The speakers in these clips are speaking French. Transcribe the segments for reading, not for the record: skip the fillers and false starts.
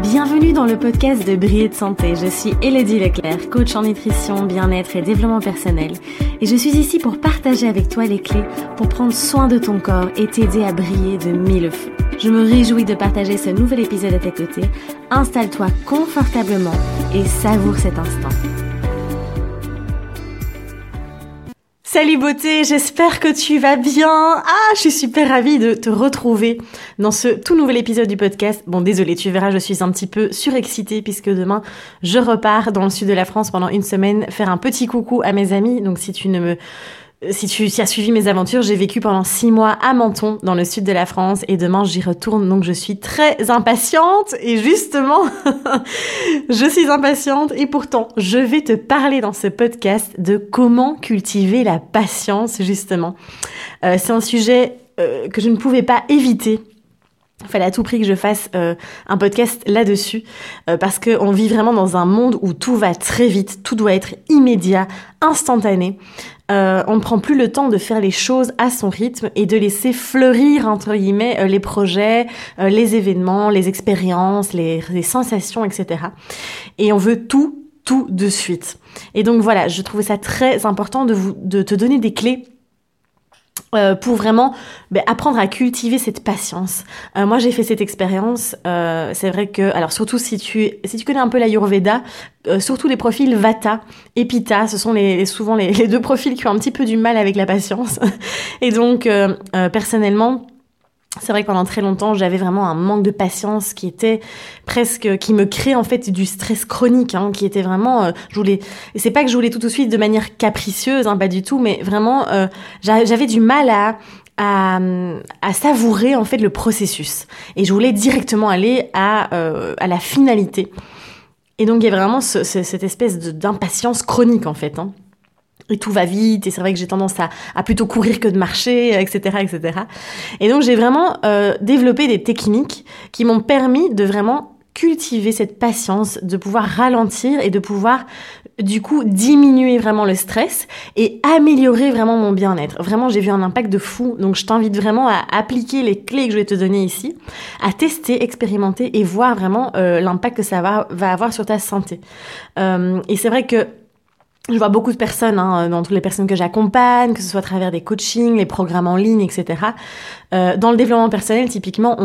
Bienvenue dans le podcast de Briller de Santé. Je suis Élodie Leclerc, coach en nutrition, bien-être et développement personnel. Et je suis ici pour partager avec toi les clés pour prendre soin de ton corps et t'aider à briller de mille feux. Je me réjouis de partager ce nouvel épisode à tes côtés. Installe-toi confortablement et savoure cet instant. Salut beauté, j'espère que tu vas bien. Je suis super ravie de te retrouver dans ce tout nouvel épisode du podcast. Bon, désolée, tu verras, je suis un petit peu surexcitée puisque demain, je repars dans le sud de la France pendant une semaine faire un petit coucou à mes amis. Donc si tu as suivi mes aventures, j'ai vécu pendant 6 mois à Menton, dans le sud de la France, et demain j'y retourne, donc je suis très impatiente, et justement, je suis impatiente, et pourtant, je vais te parler dans ce podcast de comment cultiver la patience, justement. C'est un sujet que je ne pouvais pas éviter. Il fallait à tout prix que je fasse un podcast là-dessus parce qu'on vit vraiment dans un monde où tout va très vite, tout doit être immédiat, instantané. On ne prend plus le temps de faire les choses à son rythme et de laisser fleurir, entre guillemets, les projets, les événements, les expériences, les sensations, etc. Et on veut tout de suite. Et donc voilà, je trouvais ça très important de te donner des clés pour vraiment apprendre à cultiver cette patience. Moi, j'ai fait cette expérience. C'est vrai que, alors surtout si tu connais un peu l'Ayurveda, surtout les profils Vata et Pitta, ce sont souvent les deux profils qui ont un petit peu du mal avec la patience. Et donc, personnellement, c'est vrai que pendant très longtemps, j'avais vraiment un manque de patience qui me crée en fait du stress chronique, qui était vraiment, et c'est pas que je voulais tout de suite de manière capricieuse, pas du tout, mais vraiment, j'avais du mal à savourer en fait le processus. Et je voulais directement aller à la finalité. Et donc il y a vraiment cette espèce d'impatience chronique en fait, Et tout va vite, et c'est vrai que j'ai tendance à plutôt courir que de marcher, etc., etc. Et donc, j'ai vraiment développé des techniques qui m'ont permis de vraiment cultiver cette patience, de pouvoir ralentir et de pouvoir, du coup, diminuer vraiment le stress et améliorer vraiment mon bien-être. Vraiment, j'ai vu un impact de fou. Donc, je t'invite vraiment à appliquer les clés que je vais te donner ici, à tester, expérimenter et voir vraiment l'impact que ça va avoir sur ta santé. Et c'est vrai que je vois beaucoup de personnes, dans toutes les personnes que j'accompagne, que ce soit à travers des coachings, les programmes en ligne, etc. Dans le développement personnel, typiquement,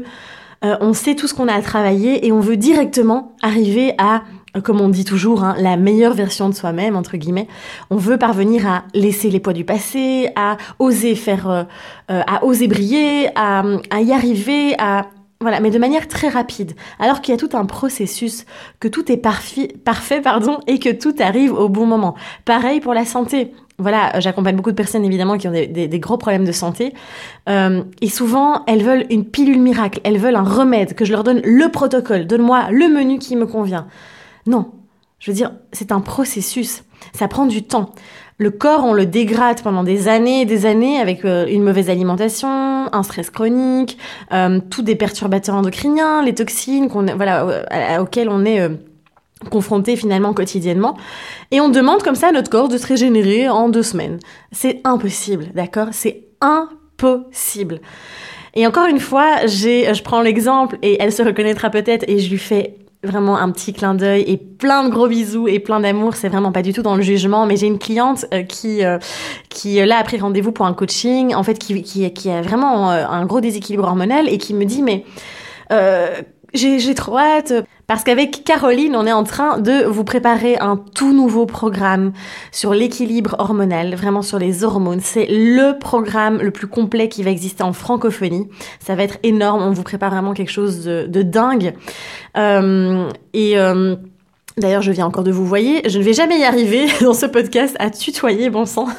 on sait tout ce qu'on a à travailler et on veut directement arriver à, comme on dit toujours, la meilleure version de soi-même, entre guillemets. On veut parvenir à laisser les poids du passé, à oser à oser briller, à y arriver, voilà, mais de manière très rapide, alors qu'il y a tout un processus, que tout est parfait, et que tout arrive au bon moment. Pareil pour la santé. Voilà, j'accompagne beaucoup de personnes, évidemment, qui ont des gros problèmes de santé. Et souvent, elles veulent une pilule miracle, elles veulent un remède, que je leur donne le protocole, donne-moi le menu qui me convient. Non, je veux dire, c'est un processus, ça prend du temps. Le corps, on le dégrade pendant des années et des années avec une mauvaise alimentation, un stress chronique, tous des perturbateurs endocriniens, les toxines auxquelles on est confronté finalement quotidiennement. Et on demande comme ça à notre corps de se régénérer en 2 semaines. C'est impossible, d'accord ? C'est impossible. Et encore une fois, je prends l'exemple et elle se reconnaîtra peut-être et je lui fais vraiment un petit clin d'œil et plein de gros bisous et plein d'amour. C'est vraiment pas du tout dans le jugement, mais j'ai une cliente qui là a pris rendez-vous pour un coaching, en fait qui a vraiment un gros déséquilibre hormonal et qui me dit mais j'ai trop hâte parce qu'avec Caroline, on est en train de vous préparer un tout nouveau programme sur l'équilibre hormonal, vraiment sur les hormones. C'est le programme le plus complet qui va exister en francophonie. Ça va être énorme. On vous prépare vraiment quelque chose de dingue. D'ailleurs, je viens encore de vous voyer. Je ne vais jamais y arriver dans ce podcast à tutoyer, bon sang.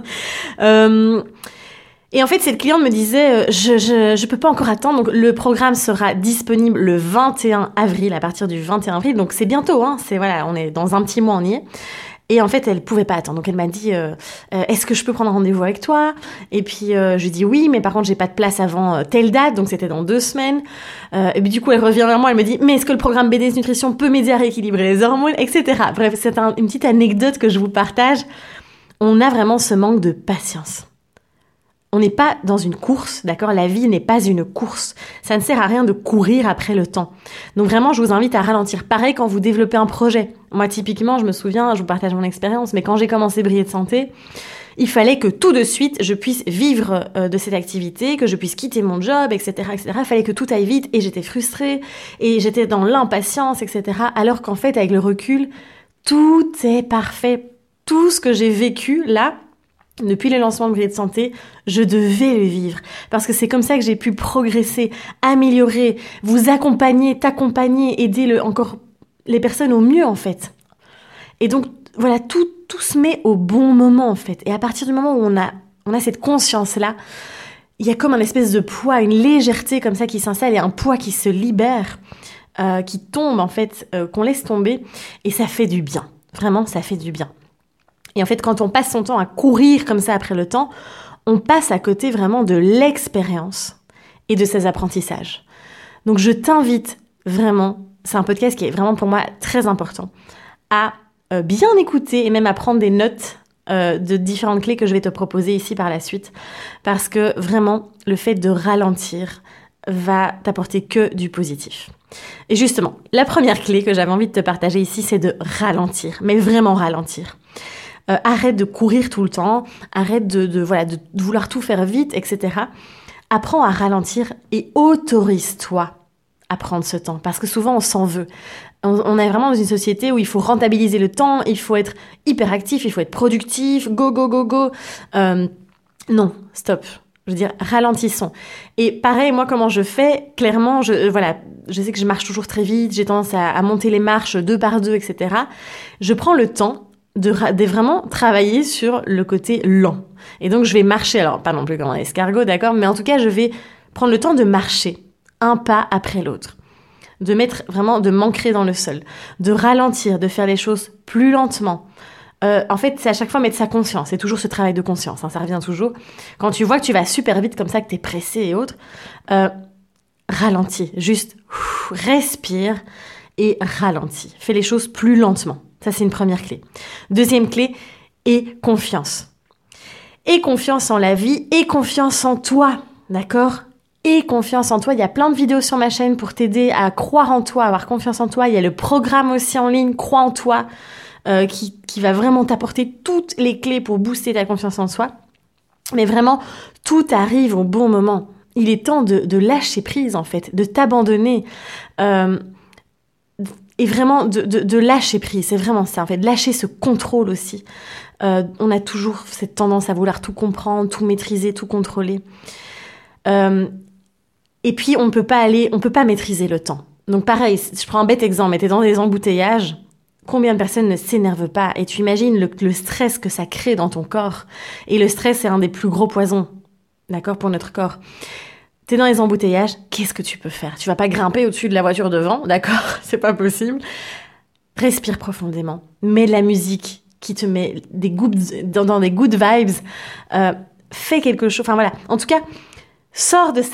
Et en fait, cette cliente me disait, je peux pas encore attendre. Donc, le programme sera disponible le 21 avril, à partir du 21 avril. Donc, c'est bientôt, on est dans un petit mois, on y est. Et en fait, elle pouvait pas attendre. Donc, elle m'a dit, est-ce que je peux prendre rendez-vous avec toi ? Et puis, je lui dis oui, mais par contre, j'ai pas de place avant telle date. Donc, c'était dans 2 semaines. Et puis, du coup, elle revient vers moi. Elle me dit, mais est-ce que le programme BDS Nutrition peut m'aider à rééquilibrer les hormones, etc. Bref, c'est une petite anecdote que je vous partage. On a vraiment ce manque de patience. on n'est pas dans une course, d'accord? La vie n'est pas une course. Ça ne sert à rien de courir après le temps. Donc vraiment, je vous invite à ralentir. Pareil quand vous développez un projet. Moi, typiquement, je me souviens, je vous partage mon expérience, mais quand j'ai commencé Briller de Santé, il fallait que tout de suite, je puisse vivre de cette activité, que je puisse quitter mon job, etc., etc. Il fallait que tout aille vite et j'étais frustrée et j'étais dans l'impatience, etc. Alors qu'en fait, avec le recul, tout est parfait. Tout ce que j'ai vécu là, depuis le lancement de Briller de Santé, je devais le vivre. Parce que c'est comme ça que j'ai pu progresser, améliorer, vous accompagner, t'accompagner, aider encore les personnes au mieux, en fait. Et donc, voilà, tout se met au bon moment, en fait. Et à partir du moment où on a cette conscience-là, il y a comme un espèce de poids, une légèreté comme ça qui s'installe et un poids qui se libère, qui tombe, en fait, qu'on laisse tomber. Et ça fait du bien. Vraiment, ça fait du bien. Et en fait, quand on passe son temps à courir comme ça après le temps, on passe à côté vraiment de l'expérience et de ses apprentissages. Donc, je t'invite vraiment, c'est un podcast qui est vraiment pour moi très important, à bien écouter et même à prendre des notes de différentes clés que je vais te proposer ici par la suite. Parce que vraiment, le fait de ralentir va t'apporter que du positif. Et justement, la première clé que j'avais envie de te partager ici, c'est de ralentir, mais vraiment ralentir. Arrête de courir tout le temps, arrête de vouloir tout faire vite, etc. Apprends à ralentir et autorise-toi à prendre ce temps. Parce que souvent, on s'en veut. On est vraiment dans une société où il faut rentabiliser le temps, il faut être hyper actif, il faut être productif, go, go, go, go. Non, stop. Je veux dire, ralentissons. Et pareil, moi, comment je fais? Clairement, je sais que je marche toujours très vite, j'ai tendance à monter les marches 2 par 2, etc. Je prends le temps de vraiment travailler sur le côté lent. Et donc, je vais marcher, alors pas non plus comme un escargot, d'accord, mais en tout cas, je vais prendre le temps de marcher un pas après l'autre, de m'ancrer dans le sol, de ralentir, de faire les choses plus lentement. En fait, c'est à chaque fois mettre sa conscience. C'est toujours ce travail de conscience, ça revient toujours. Quand tu vois que tu vas super vite comme ça, que t'es pressé et autres, ralentis, juste respire et ralentis. Fais les choses plus lentement. Ça, c'est une première clé. Deuxième clé, aie confiance. Aie confiance en la vie, aie confiance en toi, d'accord ? Aie confiance en toi. Il y a plein de vidéos sur ma chaîne pour t'aider à croire en toi, à avoir confiance en toi. Il y a le programme aussi en ligne, Crois en toi, qui va vraiment t'apporter toutes les clés pour booster ta confiance en soi. Mais vraiment, tout arrive au bon moment. Il est temps de lâcher prise, en fait, de t'abandonner. Et vraiment de lâcher prise, c'est vraiment ça en fait, de lâcher ce contrôle aussi. On a toujours cette tendance à vouloir tout comprendre, tout maîtriser, tout contrôler. Et puis on peut pas maîtriser le temps. Donc pareil, je prends un bête exemple, mais t'es dans des embouteillages, combien de personnes ne s'énervent pas? Et tu imagines le stress que ça crée dans ton corps. Et le stress, c'est un des plus gros poisons, d'accord, pour notre corps. T'es dans les embouteillages, qu'est-ce que tu peux faire? Tu vas pas grimper au-dessus de la voiture devant, d'accord? C'est pas possible. Respire profondément. Mets de la musique qui te met dans des good vibes. Fais quelque chose. Enfin voilà. En tout cas, sors de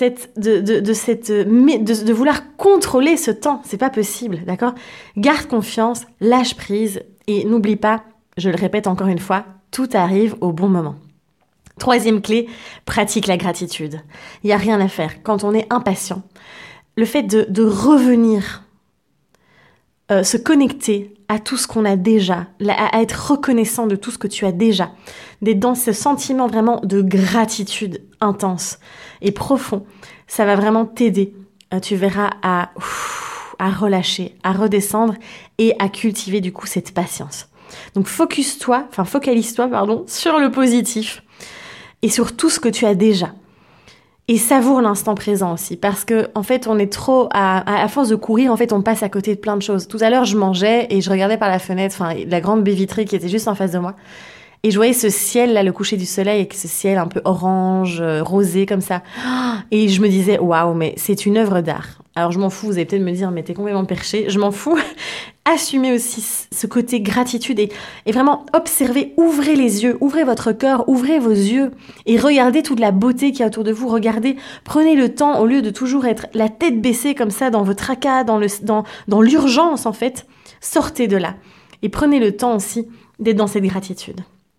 vouloir contrôler ce temps. C'est pas possible, d'accord? Garde confiance, lâche prise et n'oublie pas, je le répète encore une fois, tout arrive au bon moment. Troisième clé, pratique la gratitude. Il n'y a rien à faire. Quand on est impatient, le fait de revenir, se connecter à tout ce qu'on a déjà, à être reconnaissant de tout ce que tu as déjà, d'être dans ce sentiment vraiment de gratitude intense et profond, ça va vraiment t'aider. Tu verras à relâcher, à redescendre et à cultiver du coup cette patience. Donc focalise-toi, sur le positif. Et sur tout ce que tu as déjà. Et savoure l'instant présent aussi. Parce que, en fait, on est trop, à force de courir, en fait, on passe à côté de plein de choses. Tout à l'heure, je mangeais et je regardais par la fenêtre, la grande baie vitrée qui était juste en face de moi. Et je voyais ce ciel, là, le coucher du soleil, avec ce ciel un peu orange, rosé, comme ça. Et je me disais, waouh, mais c'est une œuvre d'art. Alors, je m'en fous, vous allez peut-être me dire, mais t'es complètement perché. Je m'en fous. Assumez aussi ce côté gratitude et vraiment observez, ouvrez les yeux, ouvrez votre cœur, ouvrez vos yeux et regardez toute la beauté qu'il y a autour de vous. Regardez, prenez le temps au lieu de toujours être la tête baissée comme ça dans votre tracas, dans l'urgence en fait. Sortez de là et prenez le temps aussi d'être dans cette gratitude.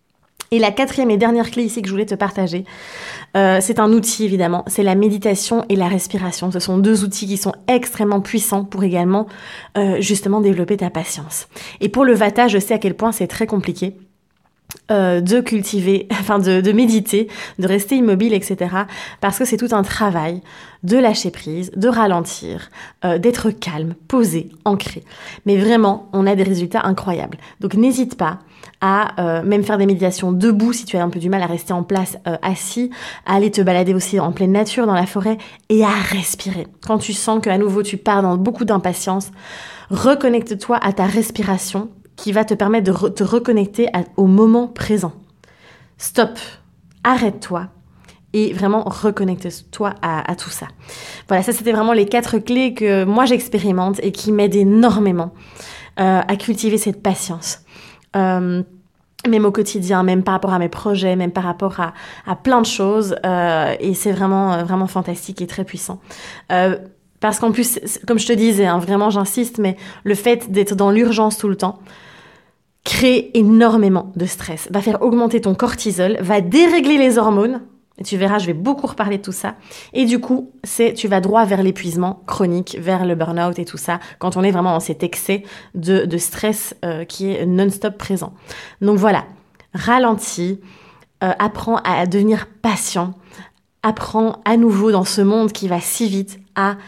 Et la 4e et dernière clé ici que je voulais te partager, c'est un outil évidemment, c'est la méditation et la respiration. Ce sont 2 outils qui sont extrêmement puissants pour également justement développer ta patience. Et pour le Vata, je sais à quel point c'est très compliqué de cultiver, de méditer, de rester immobile, etc. Parce que c'est tout un travail de lâcher prise, de ralentir, d'être calme, posé, ancré. Mais vraiment, on a des résultats incroyables. Donc n'hésite pas à même faire des méditations debout si tu as un peu du mal à rester en place assis, à aller te balader aussi en pleine nature, dans la forêt, et à respirer. Quand tu sens qu'à nouveau tu pars dans beaucoup d'impatience, reconnecte-toi à ta respiration qui va te permettre de te reconnecter au moment présent. Stop, arrête-toi et vraiment reconnecte-toi à tout ça. Voilà, ça c'était vraiment les 4 clés que moi j'expérimente et qui m'aident énormément à cultiver cette patience. Même au quotidien, même par rapport à mes projets, même par rapport à plein de choses. Et c'est vraiment, vraiment fantastique et très puissant. Parce qu'en plus, comme je te disais, vraiment j'insiste, mais le fait d'être dans l'urgence tout le temps crée énormément de stress, va faire augmenter ton cortisol, va dérégler les hormones, et tu verras, je vais beaucoup reparler de tout ça, et du coup, tu vas droit vers l'épuisement chronique, vers le burn-out et tout ça, quand on est vraiment dans cet excès de stress qui est non-stop présent. Donc voilà, ralentis, apprends à devenir patient, apprends à nouveau dans ce monde qui va si vite à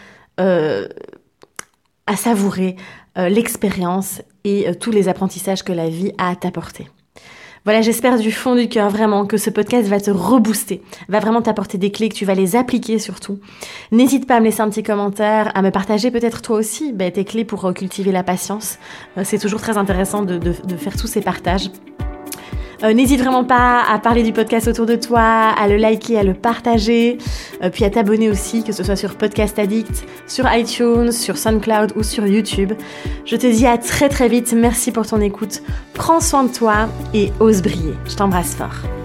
savourer l'expérience et tous les apprentissages que la vie a à t'apporter. Voilà, j'espère du fond du cœur vraiment que ce podcast va te rebooster, va vraiment t'apporter des clés, que tu vas les appliquer surtout. N'hésite pas à me laisser un petit commentaire, à me partager peut-être toi aussi tes clés pour cultiver la patience. C'est toujours très intéressant de faire tous ces partages. N'hésite vraiment pas à parler du podcast autour de toi, à le liker, à le partager, puis à t'abonner aussi, que ce soit sur Podcast Addict, sur iTunes, sur SoundCloud ou sur YouTube. Je te dis à très très vite, merci pour ton écoute, prends soin de toi et ose briller. Je t'embrasse fort.